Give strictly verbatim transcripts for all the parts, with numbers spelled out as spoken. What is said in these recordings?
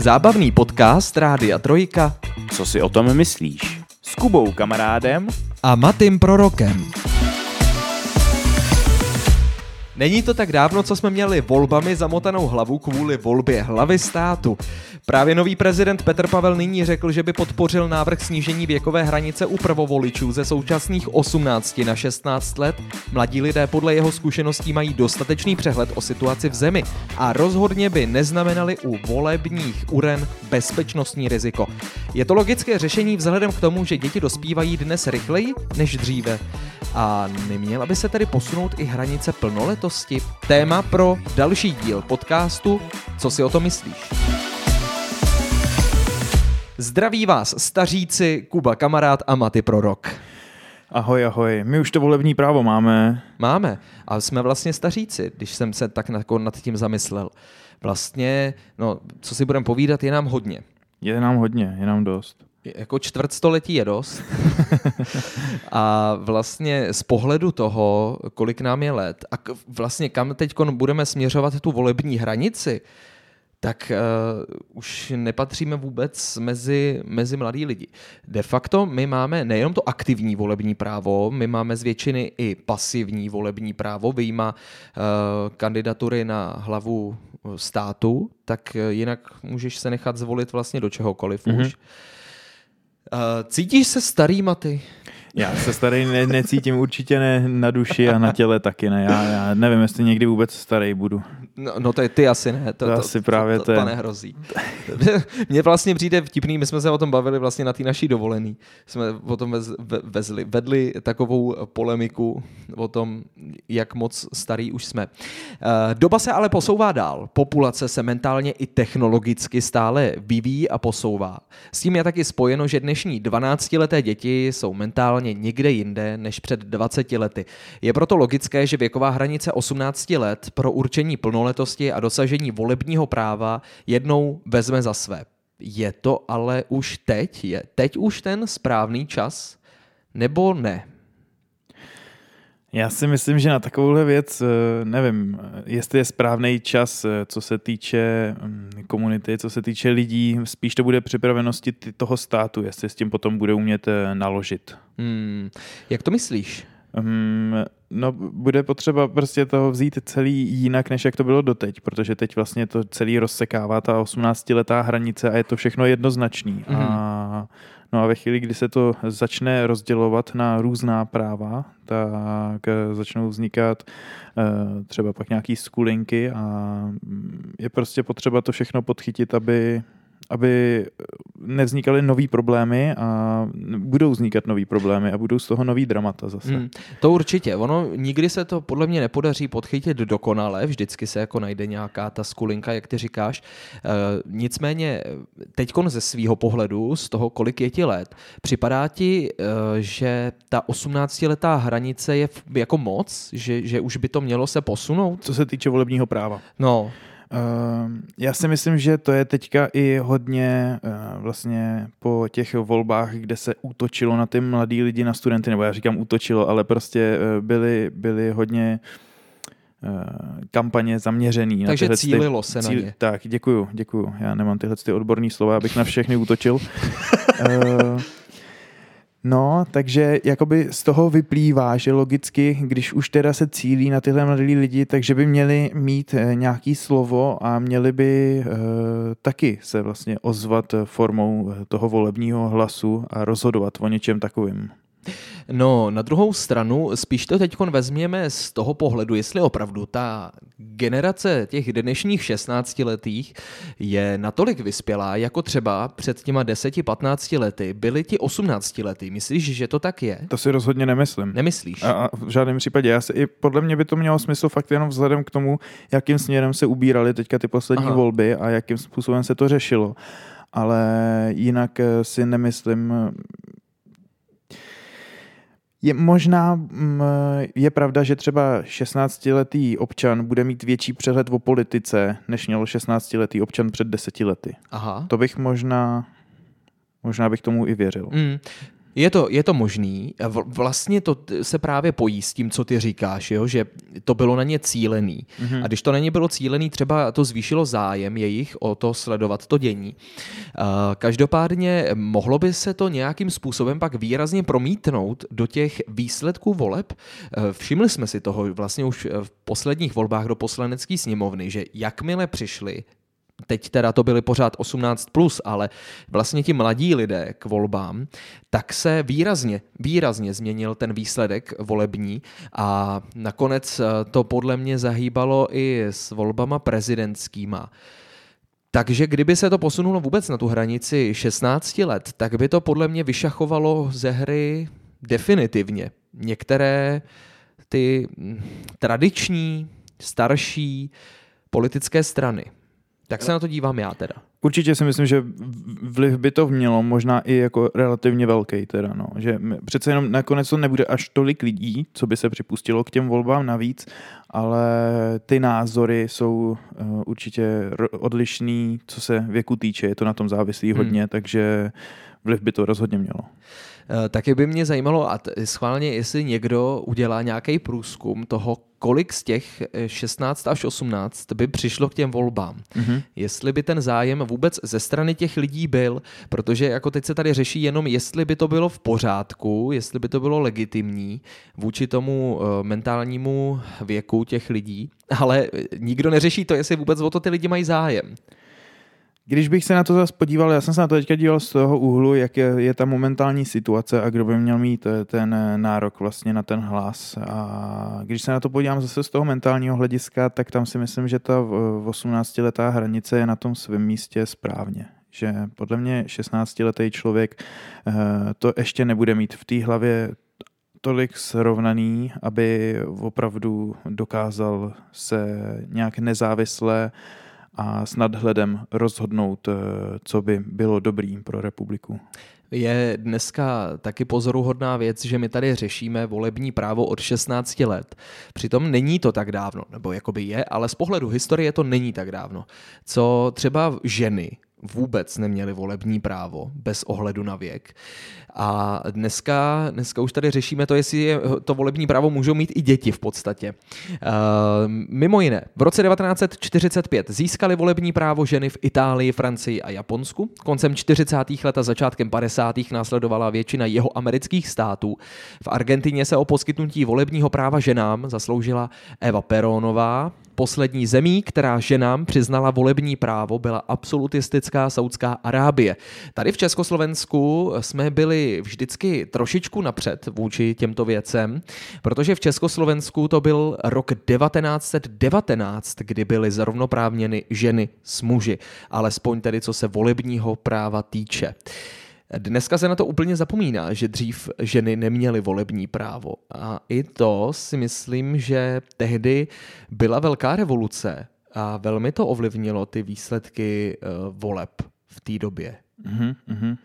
Zábavný podcast Rádia Trojka. Co si o tom myslíš? S Kubou Kamarádem a Matým Prorokem. Není to tak dávno, co jsme měli volbami zamotanou hlavu kvůli volbě hlavy státu. Právě nový prezident Petr Pavel nyní řekl, že by podpořil návrh snížení věkové hranice u prvovoličů ze současných osmnácti na šestnáct let. Mladí lidé podle jeho zkušeností mají dostatečný přehled o situaci v zemi a rozhodně by neznamenali u volebních uren bezpečnostní riziko. Je to logické řešení vzhledem k tomu, že děti dospívají dnes rychleji než dříve. A neměla by se tedy posunout i hranice plnoletosti? Téma pro další díl podcastu Co si o to myslíš? Zdraví vás staříci, Kuba Kamarád a Maty Prorok. Ahoj, ahoj. My už to volební právo máme. Máme, ale jsme vlastně staříci, když jsem se tak nad tím zamyslel. Vlastně, no, co si budeme povídat, je nám hodně. Je nám hodně, je nám dost. Jako čtvrtstoletí je dost. A vlastně z pohledu toho, kolik nám je let a k- vlastně kam teď budeme směřovat tu volební hranici, tak uh, už nepatříme vůbec mezi, mezi mladý lidi. De facto my máme nejenom to aktivní volební právo, my máme z většiny i pasivní volební právo, vyjma uh, kandidatury na hlavu státu, tak jinak můžeš se nechat zvolit vlastně do čehokoliv mm-hmm. už. Uh, cítíš se starý, Maty? Já se starý ne, necítím, určitě ne na duši a na těle taky ne. Já, já nevím, jestli někdy vůbec starý budu. No, no to je ty asi ne. To, to, to asi právě to, to, to, to nehrozí. Mně vlastně přijde vtipný, my jsme se o tom bavili vlastně na té naší dovolený. Jsme o tom vez, vezli, vedli takovou polemiku o tom, jak moc starý už jsme. Uh, doba se ale posouvá dál. Populace se mentálně i technologicky stále vyvíjí a posouvá. S tím je taky spojeno, že dnešní dvanáctileté děti jsou mentálně někde jinde než před dvaceti lety. Je proto logické, že věková hranice osmnácti let pro určení plnoletosti a dosažení volebního práva jednou vezme za své. Je to ale už teď? Je teď už ten správný čas? Nebo ne? Já si myslím, že na takovouhle věc, nevím, jestli je správný čas, co se týče komunity, co se týče lidí, spíš to bude připravenosti toho státu, jestli s tím potom bude umět naložit. Hmm. Jak to myslíš? Um, no, bude potřeba prostě toho vzít celý jinak, než jak to bylo doteď, protože teď vlastně to celý rozsekává ta osmnáctiletá hranice a je to všechno jednoznačný. Mm-hmm. A no a ve chvíli, kdy se to začne rozdělovat na různá práva, tak začnou vznikat uh, třeba pak nějaký skulinky a je prostě potřeba to všechno podchytit, aby aby nevznikaly nový problémy a budou vznikat nový problémy a budou z toho nový dramata zase. Hmm, to určitě. Ono nikdy se to podle mě nepodaří podchytit dokonale, vždycky se jako najde nějaká ta skulinka, jak ty říkáš. E, nicméně teďkon ze svýho pohledu, z toho, kolik je ti let, připadá ti, e, že ta osmnáctiletá hranice je jako moc, že, že už by to mělo se posunout? Co se týče volebního práva. No, Uh, já si myslím, že to je teďka i hodně uh, vlastně po těch volbách, kde se útočilo na ty mladý lidi, na studenty, nebo já říkám útočilo, ale prostě uh, byly, byly hodně uh, kampaně zaměřený. Takže na cílilo ty, se cíl, na ně. Tak, děkuju, děkuju. Já nemám tyhle ty odborný slova, abych na všechny útočil. uh, No, takže jakoby z toho vyplývá, že logicky, když už teda se cílí na tyhle mladí lidi, takže by měli mít nějaký slovo a měli by uh, taky se vlastně ozvat formou toho volebního hlasu a rozhodovat o něčem takovým. No, na druhou stranu, spíš to teďkon vezměme z toho pohledu, jestli opravdu ta generace těch dnešních šestnáctiletých je natolik vyspělá, jako třeba před těma deseti patnácti lety byli ti osmnáctiletí. Myslíš, že to tak je? To si rozhodně nemyslím. Nemyslíš? A, a v žádném případě. Já si, i podle mě by to mělo smysl fakt jenom vzhledem k tomu, jakým směrem se ubíraly teďka ty poslední Aha. volby a jakým způsobem se to řešilo. Ale jinak si nemyslím. Je možná, je pravda, že třeba šestnáctiletý občan bude mít větší přehled o politice, než měl šestnáctiletý občan před deseti lety. Aha. To bych možná, možná bych tomu i věřil. Mm. Je to, je to možný. Vlastně to se právě pojí s tím, co ty říkáš, jo? Že to bylo na ně cílený. Mm-hmm. A když to na ně bylo cílený, třeba to zvýšilo zájem jejich o to sledovat to dění. Každopádně mohlo by se to nějakým způsobem pak výrazně promítnout do těch výsledků voleb. Všimli jsme si toho vlastně už v posledních volbách do poslanecké sněmovny, že jakmile přišli, teď teda to byly pořád osmnáct plus, ale vlastně ti mladí lidé k volbám, tak se výrazně, výrazně změnil ten výsledek volební a nakonec to podle mě zahýbalo i s volbama prezidentskýma. Takže kdyby se to posunulo vůbec na tu hranici šestnáct let, tak by to podle mě vyšachovalo ze hry definitivně některé ty tradiční, starší politické strany. Tak se na to dívám já teda. Určitě si myslím, že vliv by to mělo, možná i jako relativně velký teda, no. Že přece jenom nakonec to nebude až tolik lidí, co by se připustilo k těm volbám navíc, ale ty názory jsou uh, určitě odlišný, co se věku týče, je to na tom závislý hodně, hmm. takže vliv by to rozhodně mělo. Taky by mě zajímalo, a schválně, jestli někdo udělá nějaký průzkum toho, kolik z těch šestnáct až osmnáct by přišlo k těm volbám. Mm-hmm. Jestli by ten zájem vůbec ze strany těch lidí byl, protože jako teď se tady řeší jenom, jestli by to bylo v pořádku, jestli by to bylo legitimní vůči tomu uh, mentálnímu věku těch lidí, ale nikdo neřeší to, jestli vůbec o to ty lidi mají zájem. Když bych se na to zase podíval, já jsem se na to teďka díval z toho úhlu, jak je, je ta momentální situace a kdo by měl mít ten nárok vlastně na ten hlas. A když se na to podívám zase z toho mentálního hlediska, tak tam si myslím, že ta osmnáctiletá hranice je na tom svém místě správně. Že podle mě šestnáctiletý člověk to ještě nebude mít v té hlavě tolik srovnaný, aby opravdu dokázal se nějak nezávisle a s nadhledem rozhodnout, co by bylo dobrý pro republiku. Je dneska taky pozoruhodná věc, že my tady řešíme volební právo od šestnácti let. Přitom není to tak dávno, nebo jakoby je, ale z pohledu historie to není tak dávno. Co třeba ženy vůbec neměly volební právo bez ohledu na věk. A dneska, dneska už tady řešíme to, jestli je, to volební právo můžou mít i děti v podstatě. Uh, mimo jiné, v roce devatenáct set čtyřicet pět získaly volební právo ženy v Itálii, Francii a Japonsku. Koncem čtyřicátých let a začátkem padesátých následovala většina jeho amerických států. V Argentině se o poskytnutí volebního práva ženám zasloužila Eva Perónová. Poslední zemí, která ženám přiznala volební právo, byla absolutistická Saudská Arábie. Tady v Československu jsme byli vždycky trošičku napřed vůči těmto věcem, protože v Československu to byl rok devatenáct set devatenáct, kdy byly zrovnoprávněny ženy s muži, alespoň tedy co se volebního práva týče. Dneska se na to úplně zapomíná, že dřív ženy neměly volební právo. A i to si myslím, že tehdy byla velká revoluce a velmi to ovlivnilo ty výsledky uh, voleb v té době. Mm-hmm. Uh,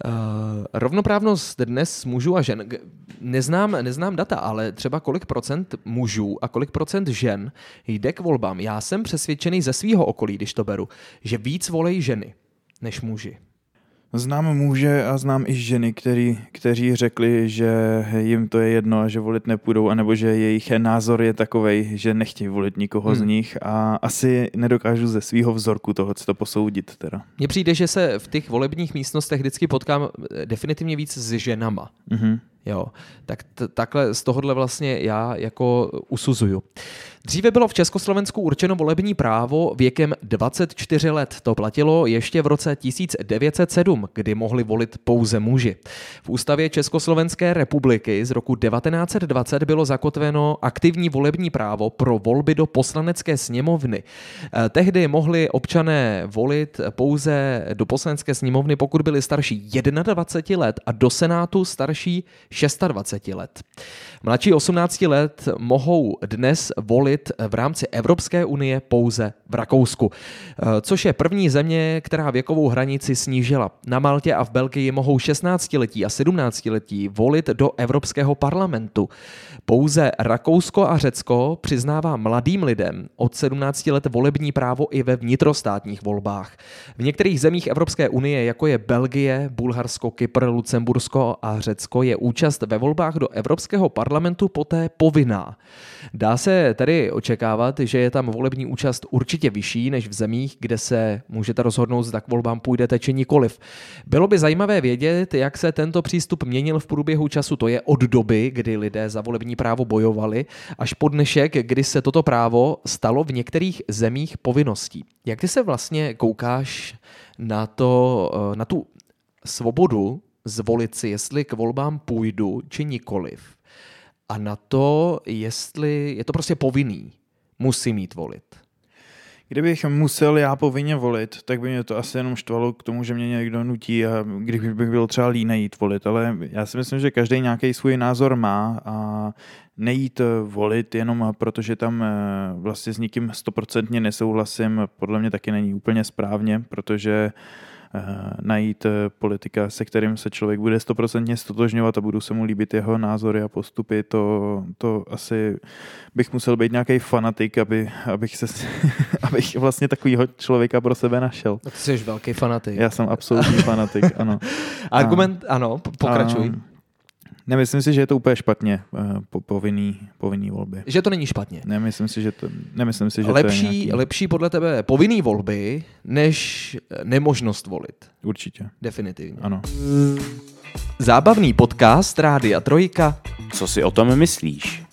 rovnoprávnost dnes mužů a žen, neznám, neznám data, ale třeba kolik procent mužů a kolik procent žen jde k volbám. Já jsem přesvědčený ze svého okolí, když to beru, že víc volej ženy než muži. Znám muže a znám i ženy, který, kteří řekli, že jim to je jedno a že volit nepůjdou, anebo že jejich názor je takovej, že nechtějí volit nikoho hmm. z nich a asi nedokážu ze svého vzorku toho, co to posoudit. Teda. Mně přijde, že se v těch volebních místnostech vždycky potkám definitivně víc s ženama. Mm-hmm. Jo, tak t- takhle z tohohle vlastně já jako usuzuju. Dříve bylo v Československu určeno volební právo věkem dvacet čtyři let. To platilo ještě v roce tisíc devět set sedm, kdy mohli volit pouze muži. V ústavě Československé republiky z roku devatenáct set dvacet bylo zakotveno aktivní volební právo pro volby do poslanecké sněmovny. Tehdy mohli občané volit pouze do poslanecké sněmovny, pokud byli starší dvacet jedna let a do senátu starší dvacet šest let. Mladší osmnácti let mohou dnes volit v rámci Evropské unie pouze v Rakousku, což je první země, která věkovou hranici snížila. Na Maltě a v Belgii mohou šestnáctiletí a sedmnáctiletí volit do Evropského parlamentu. Pouze Rakousko a Řecko přiznává mladým lidem od sedmnácti let volební právo i ve vnitrostátních volbách. V některých zemích Evropské unie, jako je Belgie, Bulharsko, Kypr, Lucembursko a Řecko, je účast ve volbách do Evropského parlamentu poté povinná. Dá se tedy očekávat, že je tam volební účast určitě vyšší než v zemích, kde se můžete rozhodnout, zda k volbám půjdete či nikoliv. Bylo by zajímavé vědět, jak se tento přístup měnil v průběhu času. To je od doby, kdy lidé za volební právo bojovali, až po dnešek, kdy se toto právo stalo v některých zemích povinností. Jak ty se vlastně koukáš na, to, na tu svobodu zvolit si, jestli k volbám půjdu či nikoliv? A na to, jestli je to prostě povinný, musím jít volit. Kdybych musel já povinně volit, tak by mě to asi jenom štvalo k tomu, že mě někdo nutí a kdybych byl třeba línej jít volit, ale já si myslím, že každý nějaký svůj názor má a nejít volit jenom protože tam vlastně s nikým stoprocentně nesouhlasím, podle mě taky není úplně správně, protože najít politika, se kterým se člověk bude stoprocentně stotožňovat a budou se mu líbit jeho názory a postupy, to, to asi bych musel být nějaký fanatik, aby, abych, se, abych vlastně takovýho člověka pro sebe našel. No ty jsi velký fanatik. Já jsem absolutní fanatik, ano. Argument, a, ano, pokračuj. A, nemyslím si, že je to úplně špatně, po, povinný, povinný volby. Že to není špatně. Nemyslím si, že to, nemyslím si, že lepší, to je nějaký... Lepší podle tebe povinný volby, než nemožnost volit. Určitě. Definitivně. Ano. Zábavný podcast Rádia Trojka. Co si o tom myslíš?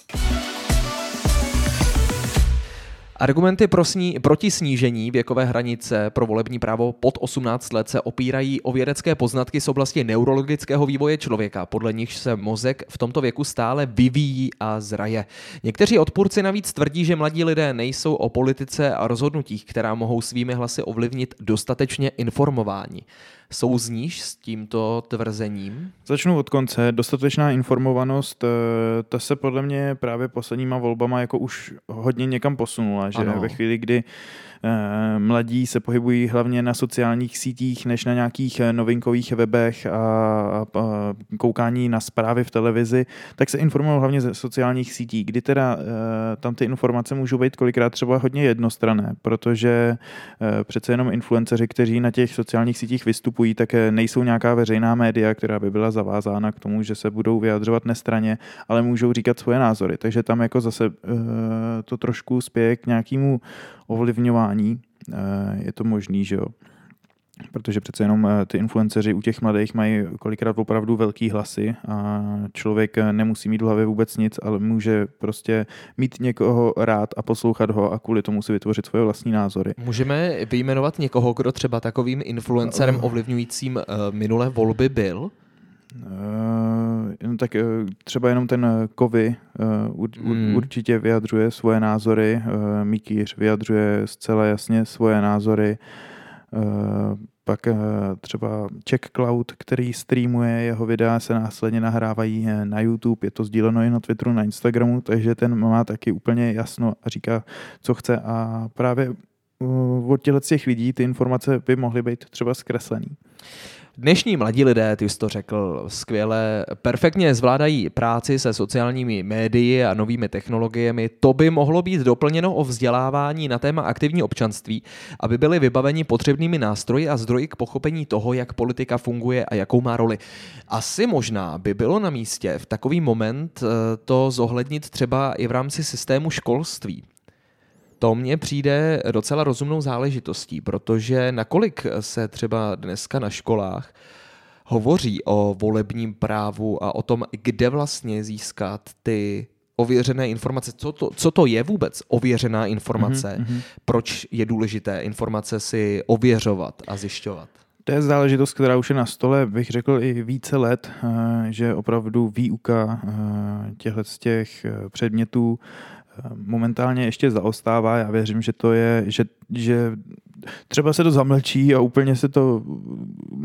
Argumenty pro sní, proti snížení věkové hranice pro volební právo pod osmnáct let se opírají o vědecké poznatky z oblasti neurologického vývoje člověka, podle nichž se mozek v tomto věku stále vyvíjí a zraje. Někteří odpůrci navíc tvrdí, že mladí lidé nejsou o politice a rozhodnutích, která mohou svými hlasy ovlivnit, dostatečně informováni. Souzníš s tímto tvrzením? Začnu od konce. Dostatečná informovanost, ta se podle mě právě posledníma volbama jako už hodně někam posunula, že ano. Ve chvíli, kdy mladí se pohybují hlavně na sociálních sítích, než na nějakých novinkových webech a, a, a koukání na zprávy v televizi, tak se informují hlavně ze sociálních sítí, kdy teda tam ty informace můžou být kolikrát třeba hodně jednostranné, protože přece jenom influenceři, kteří na těch sociálních sítích vystupují, tak nejsou nějaká veřejná média, která by byla zavázána k tomu, že se budou vyjadřovat nestranně, ale můžou říkat svoje názory. Takže tam jako zase to trošku spěje k nějakému ovlivňování. Je to možný, že jo? Protože přece jenom ty influenceři u těch mladých mají kolikrát opravdu velký hlasy a člověk nemusí mít v hlavě vůbec nic, ale může prostě mít někoho rád a poslouchat ho a kvůli tomu si vytvořit svoje vlastní názory. Můžeme vyjmenovat někoho, kdo třeba takovým influencerem ovlivňujícím minulé volby byl? Uh, tak uh, třeba jenom ten Kovy uh, ur, hmm. určitě vyjadřuje svoje názory, uh, Mikýř vyjadřuje zcela jasně svoje názory, uh, pak uh, třeba Czech Cloud, který streamuje, jeho videa se následně nahrávají na YouTube, je to sdíleno i na Twitteru, na Instagramu, takže ten má taky úplně jasno a říká, co chce a právě uh, od těch lidí ty informace by mohly být třeba zkreslený. Dnešní mladí lidé, ty jsi to řekl skvěle, perfektně zvládají práci se sociálními médii a novými technologiemi. To by mohlo být doplněno o vzdělávání na téma aktivní občanství, aby byli vybaveni potřebnými nástroji a zdroji k pochopení toho, jak politika funguje a jakou má roli. Asi možná by bylo na místě v takový moment to zohlednit třeba i v rámci systému školství. To mně přijde docela rozumnou záležitostí, protože nakolik se třeba dneska na školách hovoří o volebním právu a o tom, kde vlastně získat ty ověřené informace. Co to, co to je vůbec ověřená informace? Mm-hmm. Proč je důležité informace si ověřovat a zjišťovat? To je záležitost, která už je na stole, bych řekl, i více let, že opravdu výuka těchto z těch předmětů momentálně ještě zaostává. Já věřím, že to je, že, že třeba se to zamlčí a úplně se to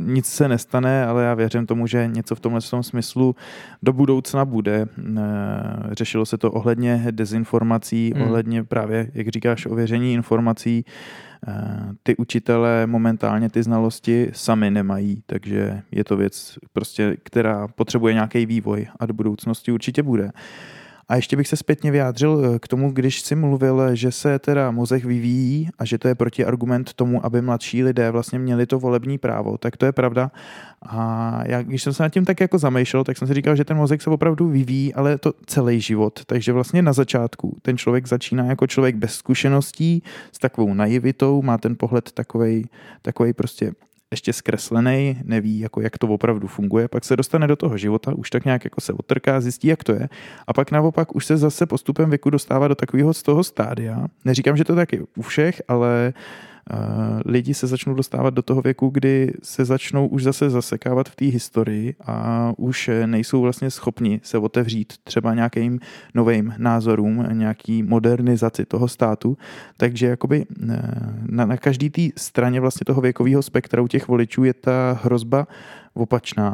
nic se nestane, ale já věřím tomu, že něco v tomhle smyslu do budoucna bude. Řešilo se to ohledně dezinformací, hmm. ohledně právě, jak říkáš, ověření informací. Ty učitelé momentálně ty znalosti sami nemají, takže je to věc, prostě, která potřebuje nějaký vývoj a do budoucnosti určitě bude. A ještě bych se zpětně vyjádřil k tomu, když jsi mluvil, že se teda mozek vyvíjí a že to je protiargument tomu, aby mladší lidé vlastně měli to volební právo, tak to je pravda. A já, když jsem se nad tím tak jako zamýšlel, tak jsem si říkal, že ten mozek se opravdu vyvíjí, ale to celý život. Takže vlastně na začátku ten člověk začíná jako člověk bez zkušeností, s takovou naivitou, má ten pohled takovej, takovej prostě ještě zkreslený, neví, jako jak to opravdu funguje, pak se dostane do toho života, už tak nějak jako se odtrká, zjistí, jak to je a pak naopak už se zase postupem věku dostává do takového z toho stádia. Neříkám, že to tak je u všech, ale uh, lidi se začnou dostávat do toho věku, kdy se začnou už zase zasekávat v té historii a už nejsou vlastně schopni se otevřít třeba nějakým novým názorům, nějaký modernizaci toho státu. Takže jakoby na, na každý té straně vlastně toho věkového spektra u těch voličů je ta hrozba opačná.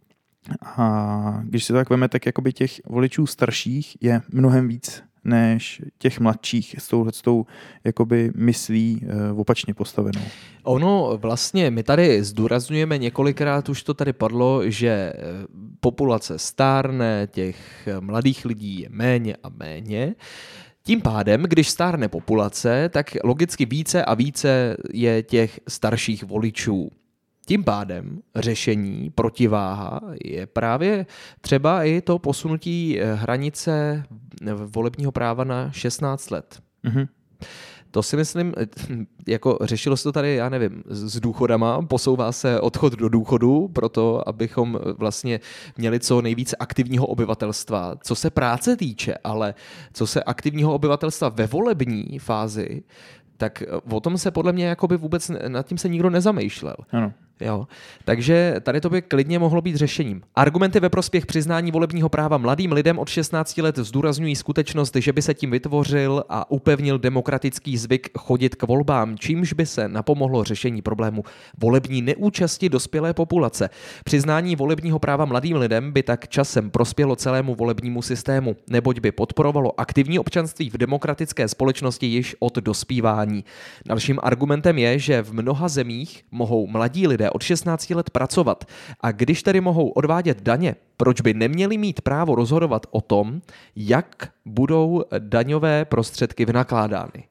A když se to tak veme, tak jakoby těch voličů starších je mnohem víc než těch mladších s touhletou jakoby myslí e, opačně postavenou. Ono vlastně, my tady zdůrazňujeme několikrát, už to tady padlo, že populace stárne, těch mladých lidí je méně a méně. Tím pádem, když stárne populace, tak logicky více a více je těch starších voličů. Tím pádem řešení, protiváha je právě třeba i to posunutí hranice volebního práva na šestnáct let. Mm-hmm. To si myslím, jako řešilo se to tady, já nevím, s důchodama, posouvá se odchod do důchodu, proto abychom vlastně měli co nejvíce aktivního obyvatelstva, co se práce týče, ale co se aktivního obyvatelstva ve volební fázi, tak o tom se podle mě jakoby vůbec nad tím se nikdo nezamýšlel. Ano. Jo. Takže tady to by klidně mohlo být řešením. Argumenty ve prospěch přiznání volebního práva mladým lidem od šestnácti let zdůrazňují skutečnost, že by se tím vytvořil a upevnil demokratický zvyk chodit k volbám, čímž by se napomohlo řešení problému volební neúčasti dospělé populace. Přiznání volebního práva mladým lidem by tak časem prospělo celému volebnímu systému, neboť by podporovalo aktivní občanství v demokratické společnosti již od dospívání. Dalším argumentem je, že v mnoha zemích mohou mladí lidé od šestnácti let pracovat a když tedy mohou odvádět daně, proč by neměli mít právo rozhodovat o tom, jak budou daňové prostředky vynakládány?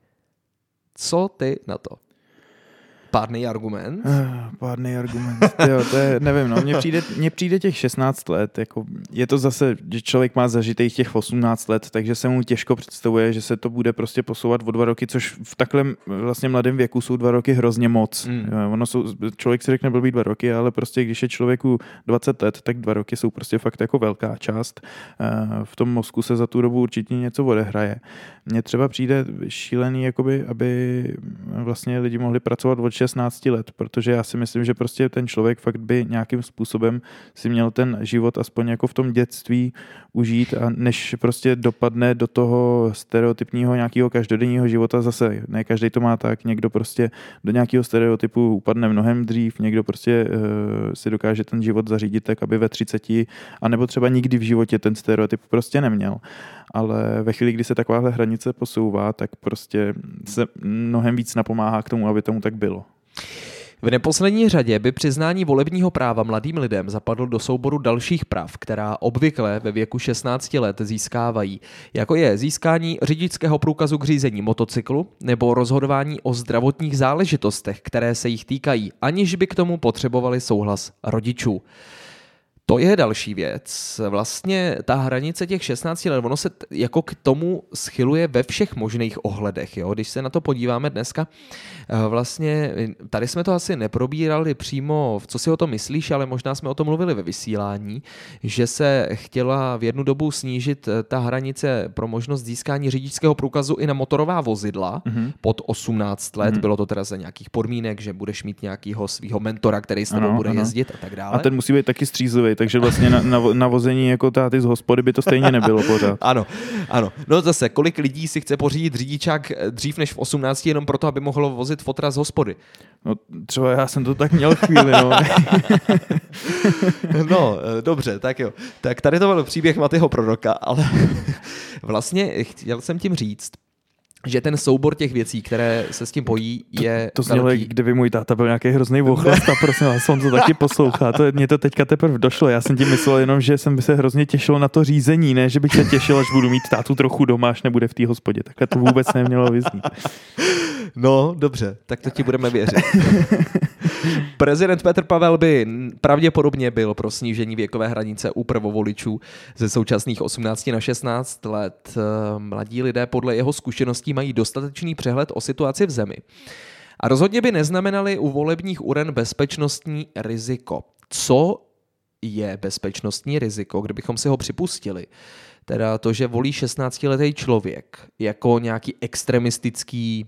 Co ty na to? Pádný argument? Uh, pádný argument. Jo, to je, nevím, no, mně přijde, mně přijde těch šestnáct let, jako je to zase, že člověk má zažitých těch osmnáct let, takže se mu těžko představuje, že se to bude prostě posouvat o dva roky, což v takhle vlastně mladém věku jsou dva roky hrozně moc. Mm. Ono jsou, člověk si řekne blbý dva roky, ale prostě když je člověku dvacet let, tak dva roky jsou prostě fakt jako velká část. Uh, v tom mozku se za tu dobu určitě něco odehraje. Mně třeba přijde šílený, jakoby, aby vlastně lidi mohli pracovat od šestnácti let, protože já si myslím, že prostě ten člověk fakt by nějakým způsobem si měl ten život aspoň jako v tom dětství užít a než prostě dopadne do toho stereotypního nějakého každodenního života zase. Ne každý to má tak, někdo prostě do nějakého stereotypu upadne mnohem dřív, někdo prostě uh, si dokáže ten život zařídit tak, aby ve třiceti, anebo třeba nikdy v životě ten stereotyp prostě neměl. Ale ve chvíli, kdy se takováhle hranice posouvá, tak prostě se mnohem víc napomáhá k tomu, aby tomu tak bylo. V neposlední řadě by přiznání volebního práva mladým lidem zapadlo do souboru dalších práv, která obvykle ve věku šestnácti let získávají, jako je získání řidičského průkazu k řízení motocyklu nebo rozhodování o zdravotních záležitostech, které se jich týkají, aniž by k tomu potřebovali souhlas rodičů. To je další věc. Vlastně ta hranice těch šestnácti let, ono se t- jako k tomu schyluje ve všech možných ohledech. Jo? Když se na to podíváme dneska, vlastně tady jsme to asi neprobírali přímo, co si o tom myslíš, ale možná jsme o tom mluvili ve vysílání, že se chtěla v jednu dobu snížit ta hranice pro možnost získání řidičského průkazu i na motorová vozidla mm-hmm. pod osmnáct let. Mm-hmm. Bylo to teda za nějakých podmínek, že budeš mít nějakého svého mentora, který s tebou ano, bude ano. jezdit a tak dále. A ten musí být taky střízlivý nebyli, takže vlastně na, na, navození jako táty z hospody by to stejně nebylo pořád. Ano, ano. No zase, kolik lidí si chce pořídit řidičák dřív než v osmnácti jenom proto, aby mohlo vozit fotra z hospody? No třeba já jsem to tak měl chvíli, no. No, dobře, tak jo. Tak tady to byl příběh Matyho proroka, ale vlastně chtěl jsem tím říct, že ten soubor těch věcí, které se s tím pojí, je To, to znělo, velký... kdyby můj táta byl nějaký hrozný vochlast a prosím vás, on to taky poslouchá. To, mě to teďka teprve došlo. Já jsem tím myslel jenom, že jsem se hrozně těšil na to řízení, ne, že bych se těšil, až budu mít tátu trochu doma, až nebude v té hospodě. Takhle to vůbec nemělo vyznít. No, dobře, tak to ti budeme věřit. Prezident Petr Pavel by pravděpodobně byl pro snížení věkové hranice u prvovoličů ze současných osmnácti na šestnáct let. Mladí lidé podle jeho zkušeností mají dostatečný přehled o situaci v zemi. A rozhodně by neznamenali u volebních uren bezpečnostní riziko. Co je bezpečnostní riziko, kdybychom si ho připustili? Teda to, že volí šestnáctiletý člověk jako nějaký extremistický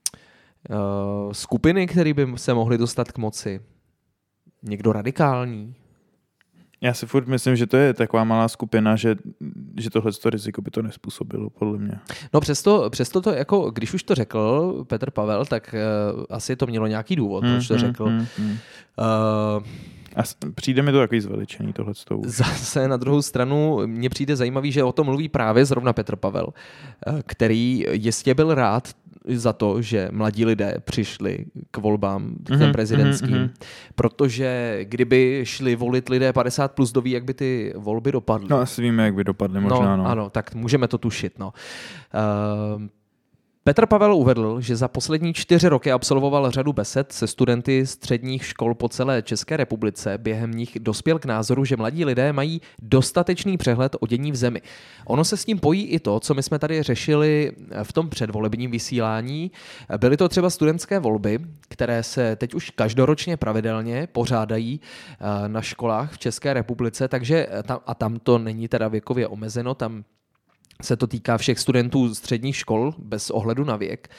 Uh, skupiny, které by se mohly dostat k moci. Někdo radikální. Já si furt myslím, že to je taková malá skupina, že, že tohle riziko by to nespůsobilo, podle mě. No přesto, přesto to jako, když už to řekl Petr Pavel, tak uh, asi to mělo nějaký důvod, mm, proč to mm, řekl. Mm, mm. Uh, A přijde mi to takový zveličený tohleto. Zase na druhou stranu mně přijde zajímavý, že o tom mluví právě zrovna Petr Pavel, který jistě byl rád za to, že mladí lidé přišli k volbám k těm prezidentským, mm-hmm. protože kdyby šli volit lidé padesát plus, doví, jak by ty volby dopadly. No asi víme, jak by dopadly možná. No, no. Ano, tak můžeme to tušit. No. Uh, Petr Pavel uvedl, že za poslední čtyři roky absolvoval řadu besed se studenty středních škol po celé České republice. Během nich dospěl k názoru, že mladí lidé mají dostatečný přehled o dění v zemi. Ono se s tím pojí i to, co my jsme tady řešili v tom předvolebním vysílání. Byly to třeba studentské volby, které se teď už každoročně pravidelně pořádají na školách v České republice, takže tam, a tam to není teda věkově omezeno, tam se to týká všech studentů středních škol bez ohledu na věk.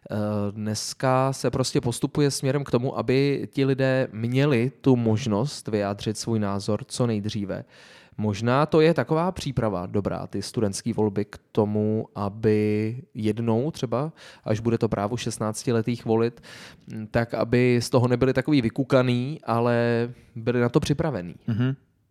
Dneska se prostě postupuje směrem k tomu, aby ti lidé měli tu možnost vyjádřit svůj názor co nejdříve. Možná to je taková příprava dobrá, ty studentské volby k tomu, aby jednou třeba, až bude to právo šestnáctiletých volit, tak aby z toho nebyli takový vykukaný, ale byli na to připravení. Mm-hmm.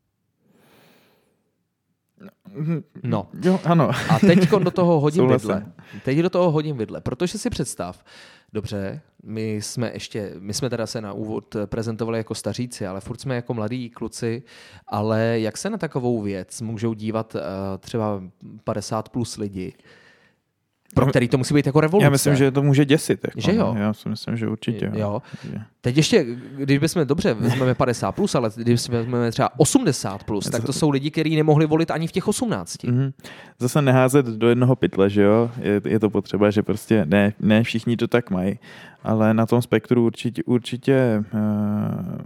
No. Jo, ano. A teď do toho hodím vidle. Teď do toho hodím vidle, protože si představ, dobře, my jsme ještě, my jsme teda se na úvod prezentovali jako staříci, ale furt jsme jako mladí kluci, ale jak se na takovou věc můžou dívat uh, třeba padesát plus lidi, pro který to musí být jako revoluce. Já myslím, že to může děsit. Jako, že jo? Já si myslím, že určitě. Jo. Teď ještě, když bychom, dobře, vezmeme padesát plus, ale když vezmeme třeba osmdesát plus, tak to jsou lidi, kteří nemohli volit ani v těch osmnácti. Mm-hmm. Zase neházet do jednoho pytle, že jo? Je, je to potřeba, že prostě ne, ne všichni to tak mají, ale na tom spektru určitě, určitě uh,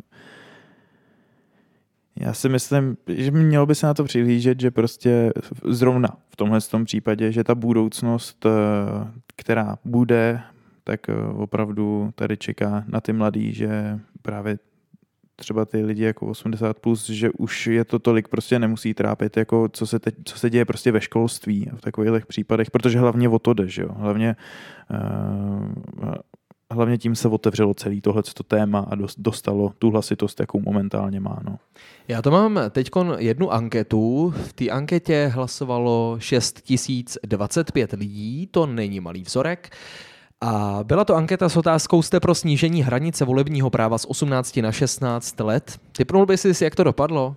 já si myslím, že mělo by se na to přihlížet, že prostě zrovna v tomhle tom případě, že ta budoucnost, která bude, tak opravdu tady čeká na ty mladý, že právě třeba ty lidi jako osmdesát plus, že už je to tolik prostě nemusí trápit, jako co se, teď, co se děje prostě ve školství a v takových případech, protože hlavně o to jde, že jo. Hlavně uh, Hlavně tím se otevřelo celé tohleto téma a dostalo tu hlasitost, jakou momentálně má. No. Já to mám teď jednu anketu. V té anketě hlasovalo šest tisíc dvacet pět lidí, to není malý vzorek. A byla to anketa s otázkou, jste pro snížení hranice volebního práva z osmnácti na šestnáct let. Tipnul by si, jak to dopadlo?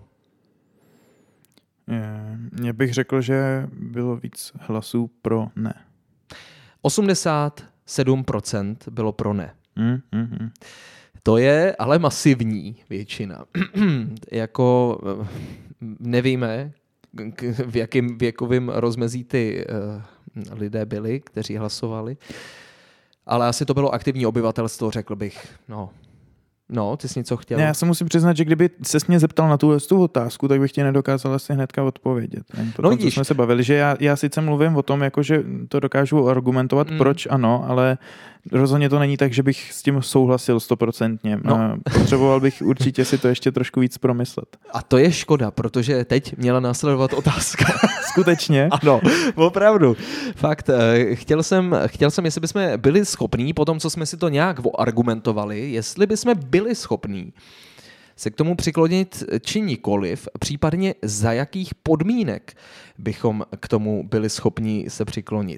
Já bych řekl, že bylo víc hlasů pro ne. osmdesát sedm procent bylo pro ne. Mm, mm, mm. To je ale masivní většina. Jako nevíme, v jakém věkovém rozmezí ty uh, lidé byli, kteří hlasovali, ale asi to bylo aktivní obyvatelstvo, řekl bych. No, No, ty jsi něco chtěl. Ne, já se musím přiznat, že kdyby ses mě zeptal na tuhle tu otázku, tak bych ti nedokázal asi hnedka odpovědět. Potom, no, co jsme se bavili, že já, já sice mluvím o tom, jako, že to dokážu argumentovat, mm. proč ano, ale rozhodně to není tak, že bych s tím souhlasil stoprocentně. No. Potřeboval bych určitě si to ještě trošku víc promyslet. A to je škoda, protože teď měla následovat otázka. Skutečně? Ano, opravdu. Fakt, chtěl jsem, chtěl jsem, jestli bychom byli schopní, po tom, co jsme si to nějak argumentovali, jestli bychom byli schopní se k tomu přiklonit či nikoliv, případně za jakých podmínek bychom k tomu byli schopni se přiklonit.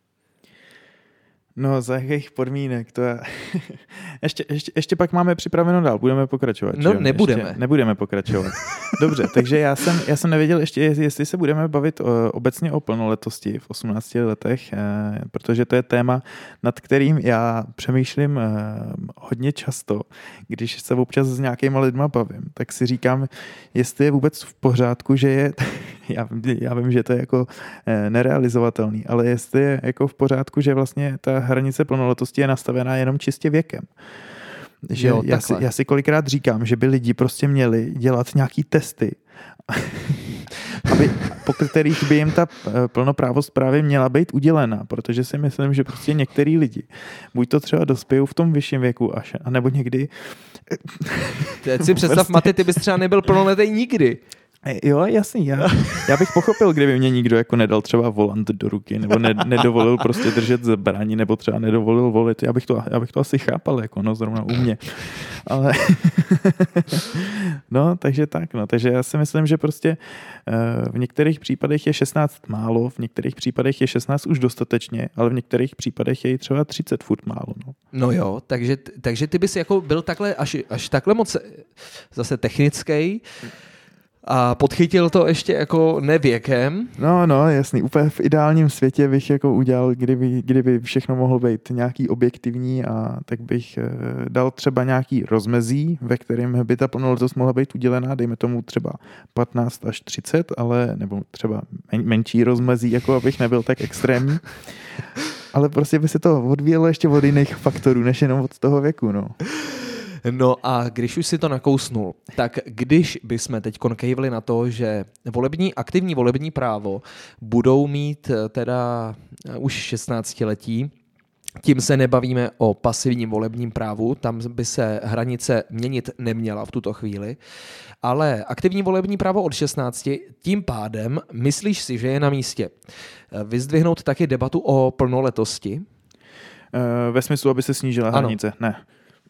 No, za jakých podmínek, to je... ještě, ještě, ještě pak máme připraveno dál, budeme pokračovat. No, jo? nebudeme. Ještě nebudeme pokračovat. Dobře, takže já jsem, já jsem nevěděl ještě, jestli se budeme bavit o, obecně o plnoletosti v osmnácti letech, eh, protože to je téma, nad kterým já přemýšlím eh, hodně často, když se občas s nějakýma lidma bavím, tak si říkám, jestli je vůbec v pořádku, že je... já, já vím, že to je jako eh, nerealizovatelný, ale jestli je jako v pořádku, že vlastně ta hranice plnoletosti je nastavená jenom čistě věkem. Že jo, já, si, já si kolikrát říkám, že by lidi prostě měli dělat nějaký testy, aby, po kterých by jim ta plnoprávost právě měla být udělena, protože si myslím, že prostě některý lidi buď to třeba dospějou v tom vyšším věku až, anebo někdy... Teď si představ, prostě... Mate, ty bys třeba nebyl plnoletý nikdy. Jo, jasný, já, já bych pochopil, kdyby mě nikdo jako nedal třeba volant do ruky, nebo ne, nedovolil prostě držet zbraní, nebo třeba nedovolil volit, já bych to, já bych to asi chápal, jako no, zrovna u mě. Ale no, takže tak, no, takže já si myslím, že prostě v některých případech je šestnáct málo, v některých případech je šestnáct už dostatečně, ale v některých případech je i třeba třicet furt málo, no. No jo, takže, takže ty bys jako byl takhle, až, až takhle moc zase technický, a podchytil to ještě jako nevěkem. No, no, jasný. Úplně v ideálním světě bych jako udělal, kdyby, kdyby všechno mohlo být nějaký objektivní, a tak bych e, dal třeba nějaký rozmezí, ve kterém by ta plnoletost mohla být udělená, dejme tomu třeba patnáct až třicet, ale nebo třeba men, menší rozmezí, jako abych nebyl tak extrémní. Ale prostě by se to odvíjelo ještě od jiných faktorů, než jenom od toho věku, no. No a když už si to nakousnul, tak když bychom teď kejvli na to, že volební, aktivní volební právo budou mít teda už šestnáctiletí, tím se nebavíme o pasivním volebním právu, tam by se hranice měnit neměla v tuto chvíli, ale aktivní volební právo od šestnácti, tím pádem myslíš si, že je na místě vyzdvihnout taky debatu o plnoletosti? E, ve smyslu, aby se snížila hranice? Ano. Ne.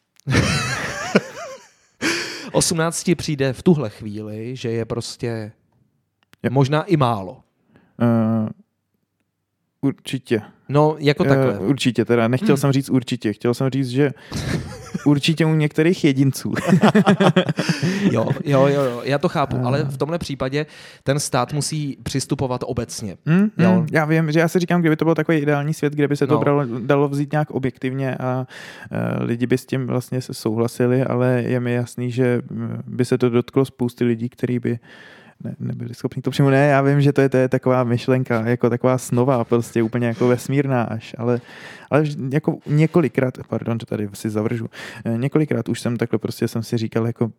osmnácti přijde v tuhle chvíli, že je prostě yep. možná i málo. Uh, určitě. No, jako takhle. Uh, určitě, teda nechtěl jsem říct určitě. Chtěl jsem říct, že určitě u některých jedinců. jo, jo, jo, jo, já to chápu, uh. ale v tomhle případě ten stát musí přistupovat obecně. Mm, jo. Mm, já vím, že já si říkám, kdyby to byl takový ideální svět, kde by se to no. bralo, dalo vzít nějak objektivně a uh, lidi by s tím vlastně se souhlasili, ale je mi jasný, že by se to dotklo spousty lidí, kteří by Ne, nebyli schopni to přijmout. Ne, já vím, že to je, to je taková myšlenka, jako taková snová, prostě úplně jako vesmírná až, ale, ale jako několikrát, pardon, že tady si zavržu, několikrát už jsem takhle prostě jsem si říkal, jako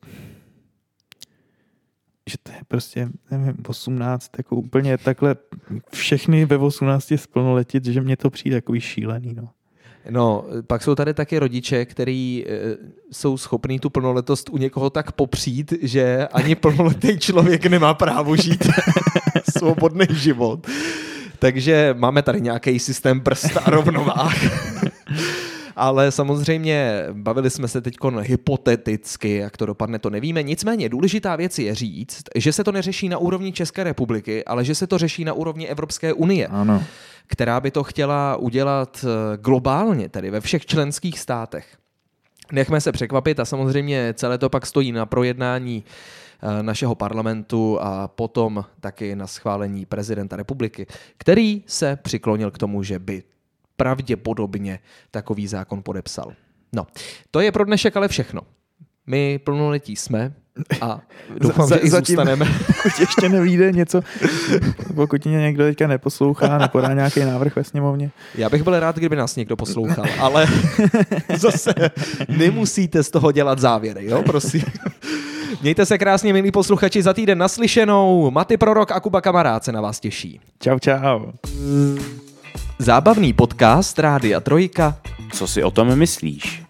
že to je prostě, nevím, osmnáct, jako úplně takhle všechny ve osmnácti splnoletit, že mě to přijde takový šílený, no. No, pak jsou tady taky rodiče, kteří e, jsou schopní tu plnoletost u někoho tak popřít, že ani plnoletý člověk nemá právo žít svobodný život. Takže máme tady nějaký systém brzd a rovnováh. Ale samozřejmě bavili jsme se teď hypoteticky, jak to dopadne, to nevíme. Nicméně důležitá věc je říct, že se to neřeší na úrovni České republiky, ale že se to řeší na úrovni Evropské unie, ano. která by to chtěla udělat globálně, tedy ve všech členských státech. Nechme se překvapit a samozřejmě celé to pak stojí na projednání našeho parlamentu a potom taky na schválení prezidenta republiky, který se přiklonil k tomu, že by pravděpodobně takový zákon podepsal. No, to je pro dnešek ale všechno. My plnoletí jsme a doufám, Za- že i zatím- zůstaneme. Pokud ještě nevyjde něco, pokud mě někdo teďka neposlouchá, nepodá nějaký návrh ve sněmovně. Já bych byl rád, kdyby nás někdo poslouchal, ale zase nemusíte z toho dělat závěry, jo, prosím. Mějte se krásně, milí posluchači, za týden naslyšenou. Maty Prorok a Kuba Kamarád se na vás těší. Čau, čau. Zábavný podcast Rádia Trojka. Co si o tom myslíš?